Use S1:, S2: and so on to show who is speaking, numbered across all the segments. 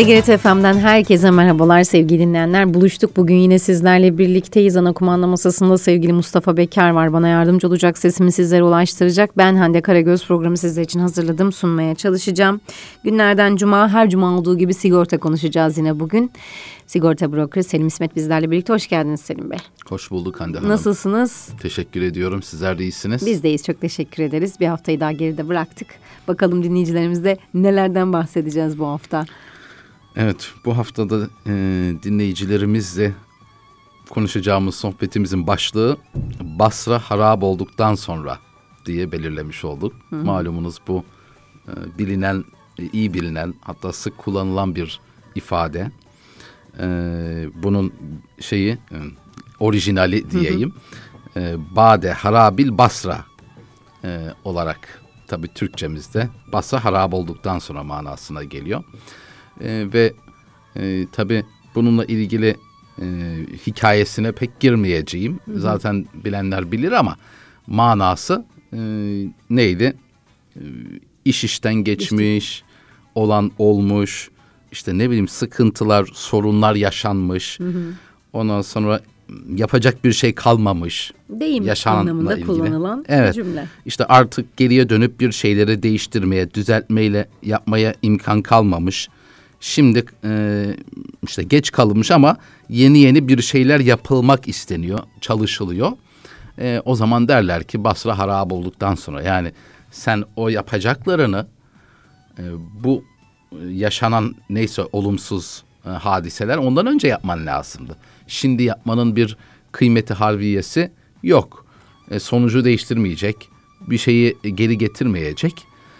S1: TGRT FM'den herkese merhabalar sevgili dinleyenler. Buluştuk bugün yine sizlerle birlikteyiz. Ana kumanda masasında sevgili Mustafa Bekar var. Bana yardımcı olacak, sesimi sizlere ulaştıracak. Ben Hande Karagöz, programı sizler için hazırladım, sunmaya çalışacağım. Günlerden cuma, her cuma olduğu gibi sigorta konuşacağız yine bugün. Sigorta brokeri Selim İsmet bizlerle birlikte. Hoş geldiniz Selim Bey.
S2: Hoş bulduk Hande Hanım.
S1: Nasılsınız?
S2: Teşekkür ediyorum. Sizler de iyisiniz.
S1: Biz de iyiyiz. Çok teşekkür ederiz. Bir haftayı daha geride bıraktık. Bakalım dinleyicilerimizle nelerden bahsedeceğiz bu hafta?
S2: Evet, bu haftada dinleyicilerimizle konuşacağımız sohbetimizin başlığı Basra harap olduktan sonra diye belirlemiş olduk. Malumunuz bu bilinen, iyi bilinen, hatta sık kullanılan bir ifade. Bunun orijinali diyeyim. Bade harabil Basra olarak tabii Türkçemizde Basra harap olduktan sonra manasına geliyor. Ve tabii bununla ilgili hikayesine pek girmeyeceğim. Zaten bilenler bilir ama manası neydi? İş işten geçmiş, olan olmuş, işte ne bileyim sıkıntılar, sorunlar yaşanmış. Ondan sonra yapacak bir şey kalmamış.
S1: Deyim anlamında ilgili kullanılan bir cümle.
S2: İşte artık geriye dönüp bir şeyleri değiştirmeye, düzeltmeyle yapmaya imkan kalmamış. Şimdi işte geç kalınmış ama yeni bir şeyler yapılmak isteniyor, çalışılıyor. O zaman derler ki Basra harap olduktan sonra, yani sen o yapacaklarını bu yaşanan neyse olumsuz hadiseler ondan önce yapman lazımdı. Şimdi yapmanın bir kıymeti harviyesi yok. Sonucu değiştirmeyecek, bir şeyi geri getirmeyecek.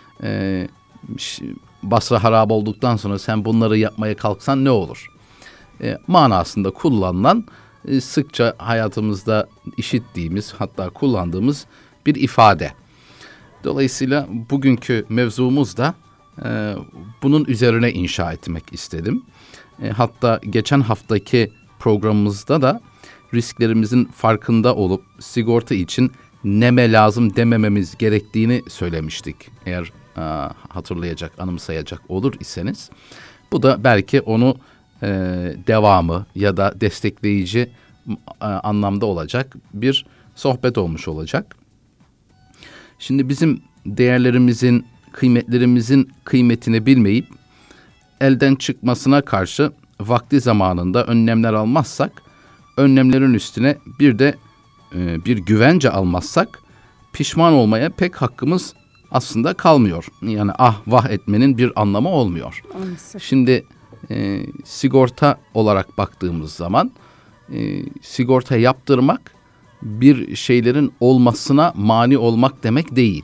S2: Basra harap olduktan sonra sen bunları yapmaya kalksan ne olur? Manasında kullanılan, sıkça hayatımızda işittiğimiz, hatta kullandığımız bir ifade. Dolayısıyla bugünkü mevzumuz da bunun üzerine inşa etmek istedim. Hatta geçen haftaki programımızda da risklerimizin farkında olup sigorta için neme lazım demememiz gerektiğini söylemiştik. Eğer hatırlayacak, anımsayacak olur iseniz. Bu da belki onu devamı ya da destekleyici anlamda olacak bir sohbet olmuş olacak. Şimdi bizim değerlerimizin, kıymetlerimizin kıymetini bilmeyip elden çıkmasına karşı vakti zamanında önlemler almazsak, önlemlerin üstüne bir de bir güvence almazsak pişman olmaya pek hakkımız aslında kalmıyor. Yani ah vah etmenin bir anlamı olmuyor.
S1: Maalesef.
S2: Şimdi sigorta olarak baktığımız zaman sigorta yaptırmak bir şeylerin olmasına mani olmak demek değil.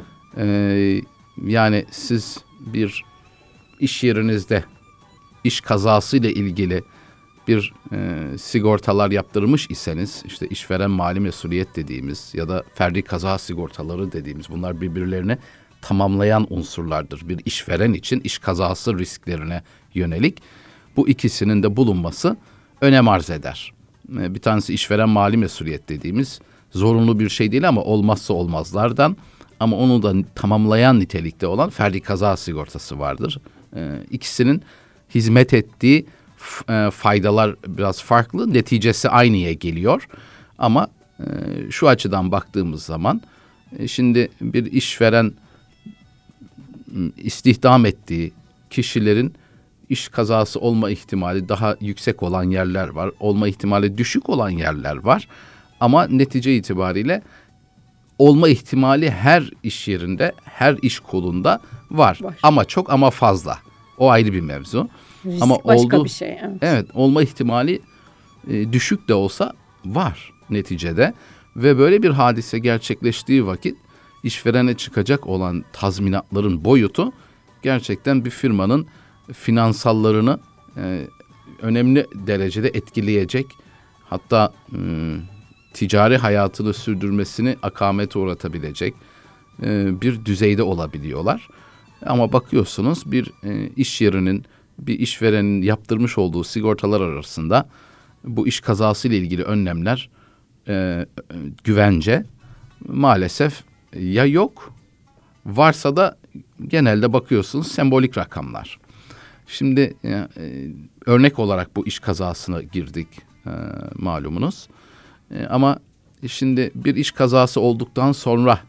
S2: Yani siz bir iş yerinizde iş kazasıyla ilgili bir sigortalar yaptırmış iseniz, işte işveren mali mesuliyet dediğimiz ya da ferdi kaza sigortaları dediğimiz, bunlar birbirlerini tamamlayan unsurlardır. Bir işveren için iş kazası risklerine yönelik bu ikisinin de bulunması önem arz eder. Bir tanesi işveren mali mesuliyet dediğimiz zorunlu bir şey değil ama olmazsa olmazlardan, ama onu da tamamlayan nitelikte olan ferdi kaza sigortası vardır. İkisinin hizmet ettiği faydalar biraz farklı, neticesi aynıya geliyor. Ama şu açıdan baktığımız zaman şimdi bir işveren istihdam ettiği kişilerin iş kazası olma ihtimali daha yüksek olan yerler var. Olma ihtimali düşük olan yerler var. Ama netice itibariyle olma ihtimali her iş yerinde, her iş kolunda var. Ama çok ama fazla. O ayrı bir mevzu.
S1: Risk
S2: ama
S1: başka bir şey.
S2: Evet, olma ihtimali düşük de olsa var neticede. Ve böyle bir hadise gerçekleştiği vakit işverene çıkacak olan tazminatların boyutu gerçekten bir firmanın finansallarını önemli derecede etkileyecek. Hatta ticari hayatını sürdürmesini akamete uğratabilecek bir düzeyde olabiliyorlar. Ama bakıyorsunuz bir iş yerinin, bir işverenin yaptırmış olduğu sigortalar arasında bu iş kazası ile ilgili önlemler, güvence maalesef ya yok, varsa da genelde bakıyorsunuz sembolik rakamlar. Şimdi örnek olarak bu iş kazasına girdik malumunuz. Ama şimdi bir iş kazası olduktan sonra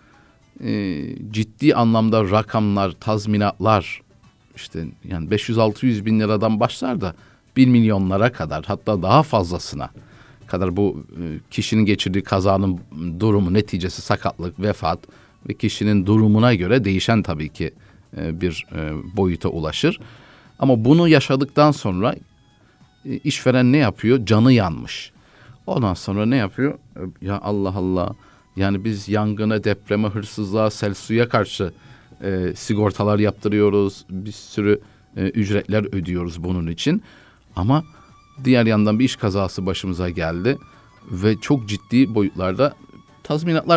S2: ciddi anlamda rakamlar, tazminatlar işte yani 500-600 bin liradan başlar da 1 milyonlara kadar, hatta daha fazlasına kadar bu kişinin geçirdiği kazanın durumu, neticesi sakatlık, vefat ve kişinin durumuna göre değişen tabii ki bir boyuta ulaşır. Ama bunu yaşadıktan sonra işveren ne yapıyor? Canı yanmış. Ondan sonra ne yapıyor? Ya Allah Allah, yani biz yangına, depreme, hırsızlığa, sel suya karşı sigortalar yaptırıyoruz. Bir sürü ücretler ödüyoruz bunun için. Ama diğer yandan bir iş kazası başımıza geldi ve çok ciddi boyutlarda tazminatlar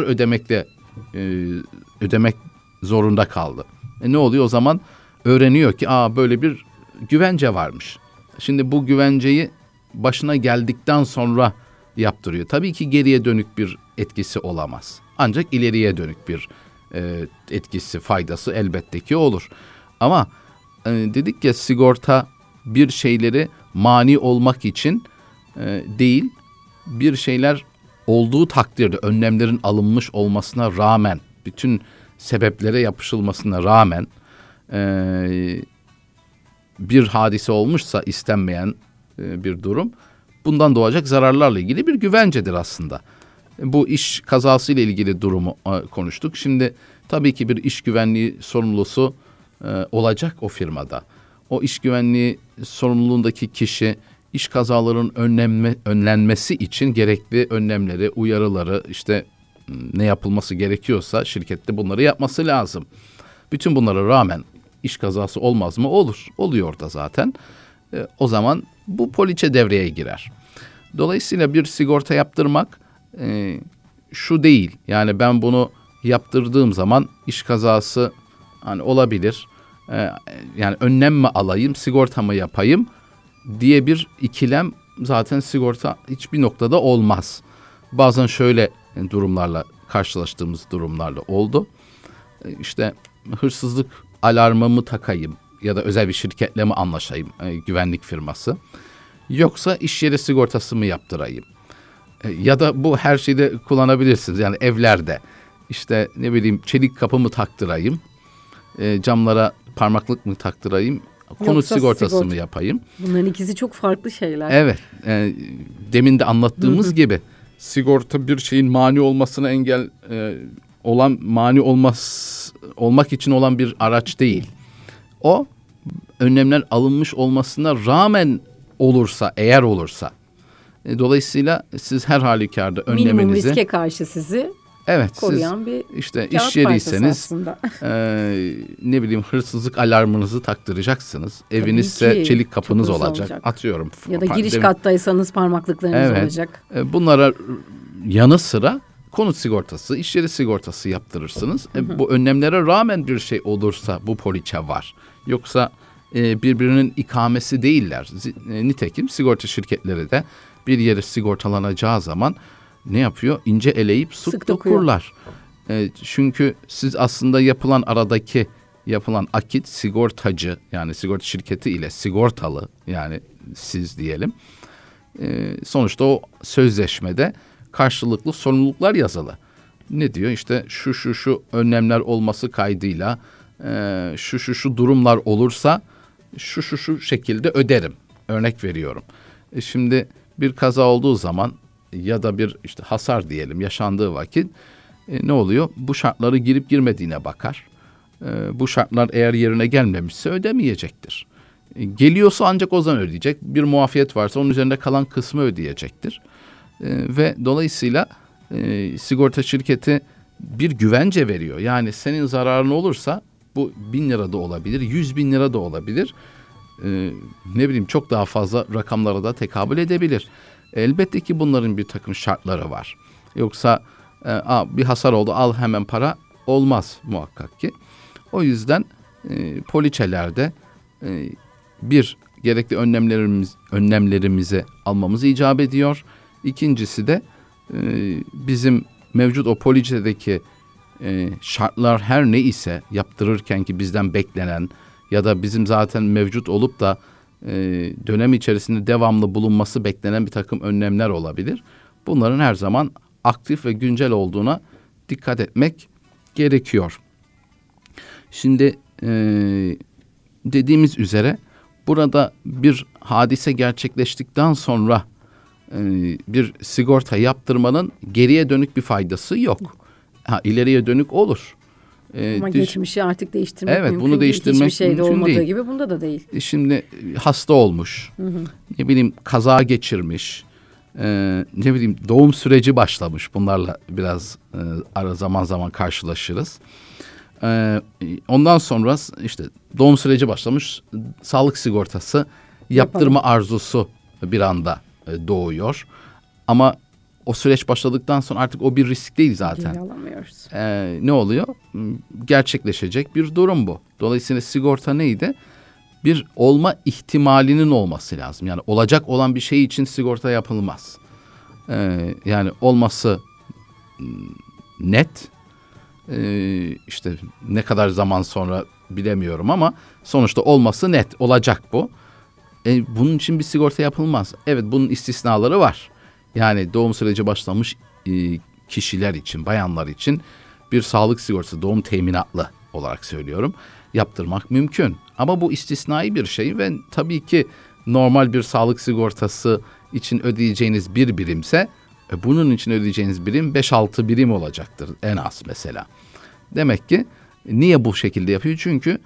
S2: ödemek zorunda kaldı. Ne oluyor o zaman? Öğreniyor ki böyle bir güvence varmış. Şimdi bu güvenceyi başına geldikten sonra yaptırıyor. Tabii ki geriye dönük bir etkisi olamaz. Ancak ileriye dönük bir etkisi, faydası elbette ki olur. Ama dedik ya, sigorta bir şeyleri mani olmak için değil, bir şeyler olduğu takdirde, önlemlerin alınmış olmasına rağmen, bütün sebeplere yapışılmasına rağmen bir hadise olmuşsa, istenmeyen bir durum, bundan doğacak zararlarla ilgili bir güvencedir aslında. Bu iş kazası ile ilgili durumu konuştuk. Şimdi tabii ki bir iş güvenliği sorumlusu olacak o firmada. O iş güvenliği sorumluluğundaki kişi iş kazalarının önlenmesi için gerekli önlemleri, uyarıları, işte ne yapılması gerekiyorsa şirkette bunları yapması lazım. Bütün bunlara rağmen iş kazası olmaz mı? Olur. Oluyor da zaten. O zaman bu poliçe devreye girer. Dolayısıyla bir sigorta yaptırmak şu değil. Yani ben bunu yaptırdığım zaman iş kazası hani olabilir. Yani önlem mi alayım, sigorta mı yapayım diye bir ikilem zaten sigorta hiçbir noktada olmaz. Bazen şöyle durumlarla karşılaştığımız durumlarla oldu. İşte hırsızlık alarmımı takayım ya da özel bir şirketle mi anlaşayım, güvenlik firması, yoksa iş yeri sigortası mı yaptırayım? Ya da bu her şeyde kullanabilirsiniz. Yani evlerde işte ne bileyim, çelik kapı mı taktırayım, camlara parmaklık mı taktırayım, konut sigortası mı yapayım? Bunların ikisi çok farklı şeyler. Evet. Demin de anlattığımız gibi sigorta bir şeyin mani olmasına olmak için olan bir araç değil. O önlemler alınmış olmasına rağmen eğer olursa. Dolayısıyla siz her halükarda önleminizi, minimum riske karşı sizi koruyan bir işte iş yeriyseniz ne bileyim, hırsızlık alarmınızı taktıracaksınız. Evinizse çelik kapınız olacak. Atıyorum. Ya da giriş kattaysanız parmaklıklarınız olacak. Bunlara yanı sıra konut sigortası, iş yeri sigortası yaptırırsınız. Bu önlemlere rağmen bir şey olursa bu poliçe var. Yoksa birbirinin ikamesi değiller. Nitekim sigorta şirketleri de bir yere sigortalanacağı zaman ne yapıyor? İnce eleyip sık dokurlar. Çünkü siz aslında yapılan akit, sigortacı yani sigorta şirketi ile sigortalı, yani siz diyelim. Sonuçta o sözleşmede karşılıklı sorumluluklar yazılı. Ne diyor? İşte şu önlemler olması kaydıyla şu durumlar olursa şu şekilde öderim. Örnek veriyorum. Şimdi bir kaza olduğu zaman ya da bir işte hasar diyelim yaşandığı vakit ne oluyor? Bu şartları girip girmediğine bakar. Bu şartlar eğer yerine gelmemişse ödemeyecektir. Geliyorsa ancak o zaman ödeyecek. Bir muafiyet varsa onun üzerinde kalan kısmı ödeyecektir. Ve dolayısıyla sigorta şirketi bir güvence veriyor. Yani senin zararın olursa bu 1000 lira da olabilir, 100.000 lira da olabilir. Ne bileyim, çok daha fazla rakamlara da tekabül edebilir. Elbette ki bunların bir takım şartları var. Yoksa bir hasar oldu, al hemen para, olmaz muhakkak ki. O yüzden poliçelerde gerekli önlemlerimizi almamız icap ediyor. İkincisi de bizim mevcut o poliçedeki şartlar her ne ise, yaptırırken ki bizden beklenen ya da bizim zaten mevcut olup da dönem içerisinde devamlı bulunması beklenen bir takım önlemler olabilir. Bunların her zaman aktif ve güncel olduğuna dikkat etmek gerekiyor. Şimdi dediğimiz üzere burada bir hadise gerçekleştikten sonra bir sigorta yaptırmanın geriye dönük bir faydası yok. İleriye dönük olur.
S1: Ama geçmişi artık değiştirmek mümkün
S2: bunu değiştirmek
S1: değil. Hiçbir şeyde
S2: mümkün
S1: olmadığı
S2: değil.
S1: gibi bunda da değil.
S2: Şimdi hasta olmuş, ne bileyim kaza geçirmiş, ne bileyim doğum süreci başlamış. Bunlarla biraz zaman zaman karşılaşırız. Ondan sonra işte doğum süreci başlamış, sağlık sigortası yaptırma arzusu bir anda doğuyor. Ama o süreç başladıktan sonra artık o bir risk değil zaten.
S1: Geri alamıyoruz.
S2: Ne oluyor? Gerçekleşecek bir durum bu. Dolayısıyla sigorta neydi? Bir olma ihtimalinin olması lazım. Yani olacak olan bir şey için sigorta yapılmaz. Yani olması net. İşte ne kadar zaman sonra bilemiyorum ama sonuçta olması net. Olacak bu. Bunun için bir sigorta yapılmaz. Evet, bunun istisnaları var. Yani doğum süreci başlamış kişiler için, bayanlar için bir sağlık sigortası, doğum teminatlı olarak söylüyorum, yaptırmak mümkün. Ama bu istisnai bir şey ve tabii ki normal bir sağlık sigortası için ödeyeceğiniz bir birimse bunun için ödeyeceğiniz birim 5-6 birim olacaktır en az mesela. Demek ki niye bu şekilde yapıyor? Çünkü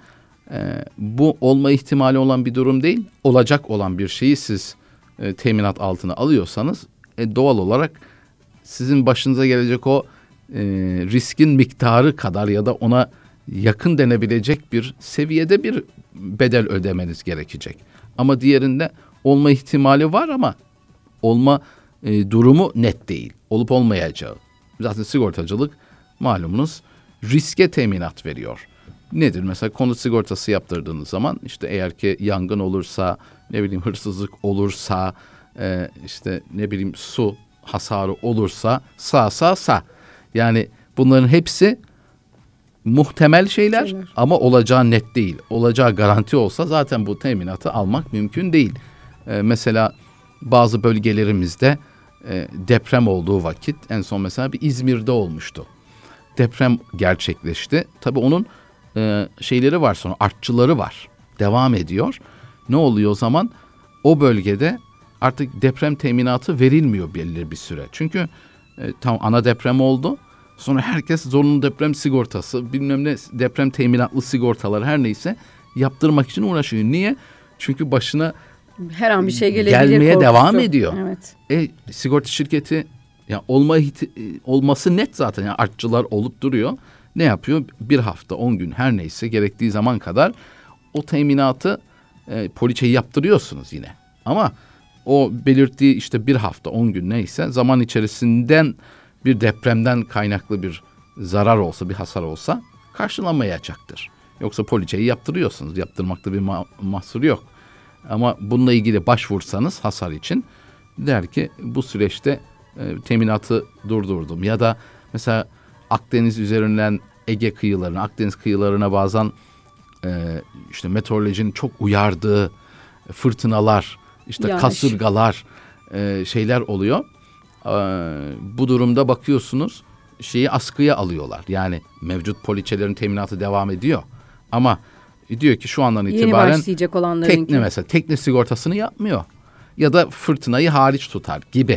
S2: bu olma ihtimali olan bir durum değil, olacak olan bir şeyi siz teminat altına alıyorsanız doğal olarak sizin başınıza gelecek o riskin miktarı kadar ya da ona yakın denebilecek bir seviyede bir bedel ödemeniz gerekecek. Ama diğerinde olma ihtimali var ama olma durumu net değil. Olup olmayacağı. Zaten sigortacılık malumunuz riske teminat veriyor. Nedir? Mesela konut sigortası yaptırdığınız zaman işte eğer ki yangın olursa, ne bileyim hırsızlık olursa, işte ne bileyim su hasarı olursa sağ. Yani bunların hepsi muhtemel şeyler ama olacağı net değil. Olacağı garanti olsa zaten bu teminatı almak mümkün değil. Mesela bazı bölgelerimizde deprem olduğu vakit en son mesela bir İzmir'de olmuştu. Deprem gerçekleşti. Tabii onun şeyleri var, sonra artçıları var. Devam ediyor. Ne oluyor o zaman? O bölgede artık deprem teminatı verilmiyor belirli bir süre. Çünkü tam ana deprem oldu. Sonra herkes zorunlu deprem sigortası, bilmem ne deprem teminatlı sigortalar her neyse yaptırmak için uğraşıyor. Niye? Çünkü başına
S1: her an bir şey gelebilir
S2: gelmeye
S1: korkusu.
S2: devam ediyor.
S1: Evet.
S2: Sigorta şirketi ya olması net zaten. Yani artçılar olup duruyor. Ne yapıyor? Bir hafta, 10 gün her neyse gerektiği zaman kadar o teminatı poliçeyi yaptırıyorsunuz yine. Ama o belirttiği işte bir hafta, 10 gün neyse zaman içerisinden bir depremden kaynaklı bir zarar olsa, bir hasar olsa karşılamayacaktır. Yoksa poliçeyi yaptırıyorsunuz. Yaptırmakta bir mahsur yok. Ama bununla ilgili başvursanız hasar için der ki bu süreçte teminatı durdurdum. Ya da mesela Akdeniz üzerinden Ege kıyılarına, Akdeniz kıyılarına bazen işte meteorolojinin çok uyardığı fırtınalar, işte kasırgalar, şeyler oluyor. Bu durumda bakıyorsunuz şeyi askıya alıyorlar. Yani mevcut poliçelerin teminatı devam ediyor. Ama diyor ki şu andan itibaren tekne sigortasını yapmıyor. Ya da fırtınayı hariç tutar gibi.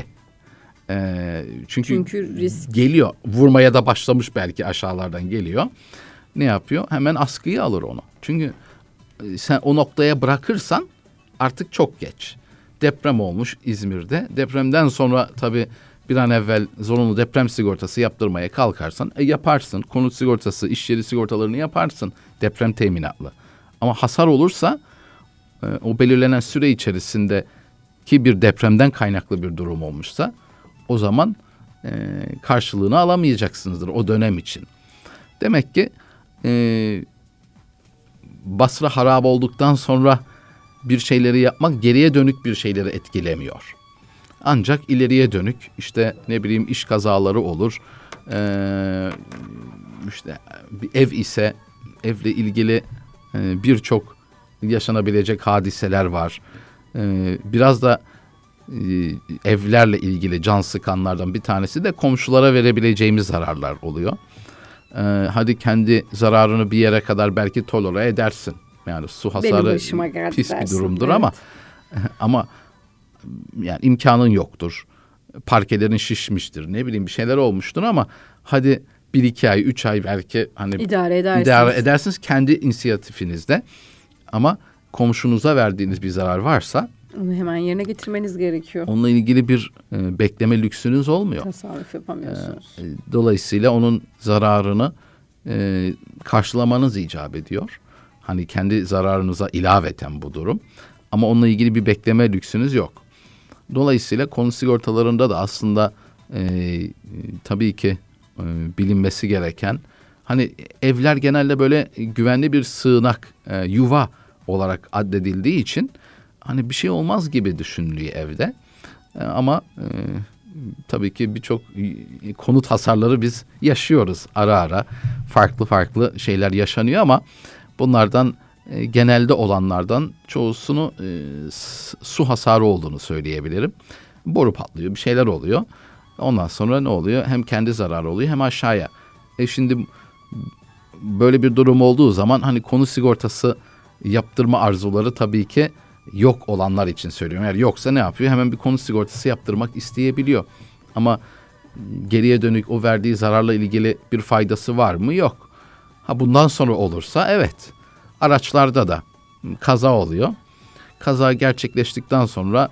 S2: Çünkü
S1: risk
S2: geliyor. Vurmaya da başlamış belki aşağılardan geliyor. Ne yapıyor? Hemen askıya alır onu. Çünkü sen o noktaya bırakırsan artık çok geç. Deprem olmuş İzmir'de. Depremden sonra tabii bir an evvel zorunlu deprem sigortası yaptırmaya kalkarsan yaparsın. Konut sigortası, iş yeri sigortalarını yaparsın. Deprem teminatlı. Ama hasar olursa o belirlenen süre içerisinde ki bir depremden kaynaklı bir durum olmuşsa o zaman karşılığını alamayacaksınızdır o dönem için. Demek ki Basra harap olduktan sonra bir şeyleri yapmak geriye dönük bir şeyleri etkilemiyor. Ancak ileriye dönük işte ne bileyim iş kazaları olur. İşte bir ev ise evle ilgili birçok yaşanabilecek hadiseler var. Biraz da evlerle ilgili can sıkanlardan bir tanesi de komşulara verebileceğimiz zararlar oluyor. Hadi kendi zararını bir yere kadar belki tolere edersin. Yani su hasarı pis bir durumdur, evet. ama yani imkanın yoktur. Parkelerin şişmiştir. Ne bileyim bir şeyler olmuştur ama hadi 1-2 ay, 3 ay belki hani idare edersiniz kendi inisiyatifinizde. Ama komşunuza verdiğiniz bir zarar varsa
S1: onu hemen yerine getirmeniz gerekiyor.
S2: Onunla ilgili bir bekleme lüksünüz olmuyor.
S1: Tasarruf yapamıyorsunuz.
S2: Dolayısıyla onun zararını karşılamanız icap ediyor. Hani kendi zararınıza ilaveten bu durum. Ama onunla ilgili bir bekleme lüksünüz yok. Dolayısıyla konut sigortalarında da aslında tabii ki bilinmesi gereken, hani evler genelde böyle güvenli bir sığınak, yuva olarak addedildiği için hani bir şey olmaz gibi düşünülüyor evde. Ama tabii ki birçok konut hasarları biz yaşıyoruz ara ara. Farklı şeyler yaşanıyor ama bunlardan genelde olanlardan çoğusunu su hasarı olduğunu söyleyebilirim. Boru patlıyor, bir şeyler oluyor. Ondan sonra ne oluyor? Hem kendi zararı oluyor hem aşağıya. Şimdi böyle bir durum olduğu zaman hani konut sigortası yaptırma arzuları tabii ki yok olanlar için söylüyorum. Eğer yoksa ne yapıyor? Hemen bir konut sigortası yaptırmak isteyebiliyor. Ama geriye dönük o verdiği zararla ilgili bir faydası var mı? Yok. Bundan sonra olursa evet. Araçlarda da kaza oluyor. Kaza gerçekleştikten sonra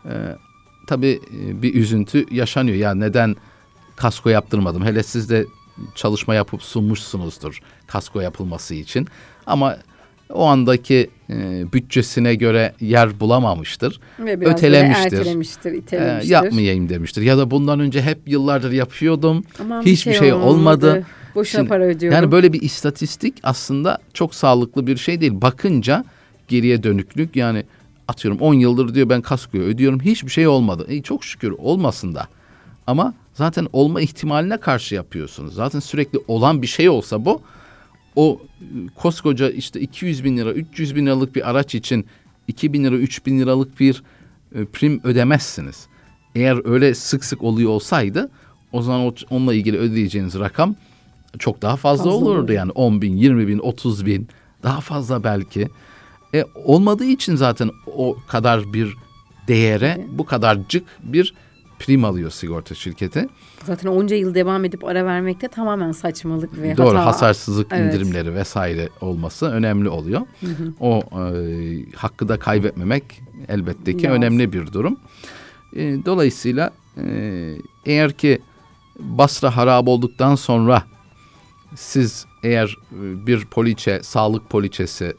S2: tabii bir üzüntü yaşanıyor. Ya neden kasko yaptırmadım? Hele siz de çalışma yapıp sunmuşsunuzdur kasko yapılması için. Ama o andaki bütçesine göre yer bulamamıştır.
S1: Ve biraz ertelemiştir, itelemiştir.
S2: Yapmayayım demiştir. Ya da bundan önce hep yıllardır yapıyordum. Aman hiçbir şey olmadı.
S1: Boşuna para ödüyorum.
S2: Yani böyle bir istatistik aslında çok sağlıklı bir şey değil. Bakınca geriye dönüklük, yani atıyorum 10 yıldır diyor ben kaskoyu ödüyorum. Hiçbir şey olmadı. Çok şükür olmasın da. Ama zaten olma ihtimaline karşı yapıyorsunuz. Zaten sürekli olan bir şey olsa bu, o koskoca işte 200 bin lira, 300 bin liralık bir araç için 2 bin lira, 3 bin liralık bir prim ödemezsiniz. Eğer öyle sık sık oluyor olsaydı o zaman onunla ilgili ödeyeceğiniz rakam çok daha fazla olurdu. Yani 10 bin, 20 bin, 30 bin, daha fazla belki. Olmadığı için zaten o kadar bir değere bu kadarcık bir prim alıyor sigorta şirketi.
S1: Zaten onca yıl devam edip ara vermekte tamamen saçmalık ve
S2: doğru,
S1: hata.
S2: Hasarsızlık indirimleri vesaire olması önemli oluyor. O hakkı da kaybetmemek elbette ki önemli bir durum. Dolayısıyla eğer ki Basra harap olduktan sonra siz eğer bir poliçe, sağlık poliçesi,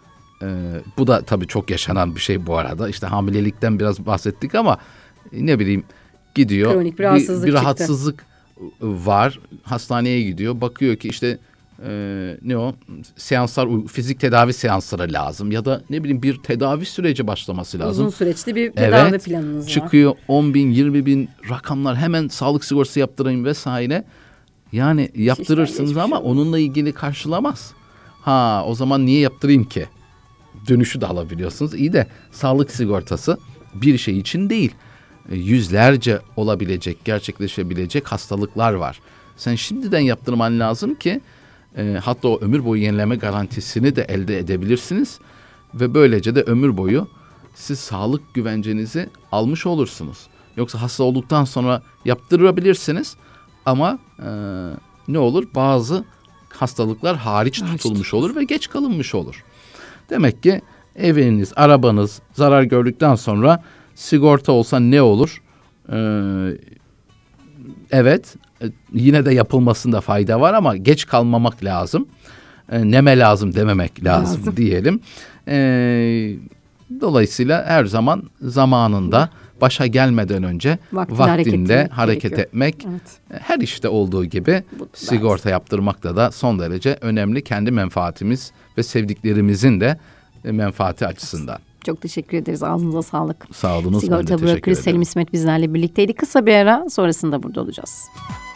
S2: bu da tabii çok yaşanan bir şey bu arada. İşte hamilelikten biraz bahsettik ama ne bileyim gidiyor.
S1: Kronik bir
S2: rahatsızlık var. Hastaneye gidiyor. Bakıyor ki işte seanslar, fizik tedavi seansları lazım. Ya da ne bileyim bir tedavi süreci başlaması lazım.
S1: Uzun süreçli bir tedavi planınız var.
S2: Çıkıyor 10 bin, 20 bin rakamlar, hemen sağlık sigortası yaptırayım vesaire. Yani yaptırırsınız ama onunla ilgili karşılamaz. O zaman niye yaptırayım ki? Dönüşü de alabiliyorsunuz. İyi de sağlık sigortası bir şey için değil. Yüzlerce olabilecek, gerçekleşebilecek hastalıklar var. Sen şimdiden yaptırman lazım ki hatta o ömür boyu yenileme garantisini de elde edebilirsiniz. Ve böylece de ömür boyu siz sağlık güvencenizi almış olursunuz. Yoksa hasta olduktan sonra yaptırabilirsiniz ama ne olur? Bazı hastalıklar hariç tutulmuş olur ve geç kalınmış olur. Demek ki eviniz, arabanız zarar gördükten sonra sigorta olsa ne olur? Evet, yine de yapılmasında fayda var ama geç kalmamak lazım. Neme lazım dememek lazım diyelim. Dolayısıyla her zaman zamanında, başa gelmeden önce vaktinde hareket etmek, her işte olduğu gibi sigorta yaptırmakta da son derece önemli, kendi menfaatimiz ve sevdiklerimizin de menfaati açısından.
S1: Çok teşekkür ederiz. Ağzınıza sağlık.
S2: Sağ olunuz.
S1: Sigorta brokeri Selim İsmet bizlerle birlikteydi. Kısa bir ara, sonrasında burada olacağız.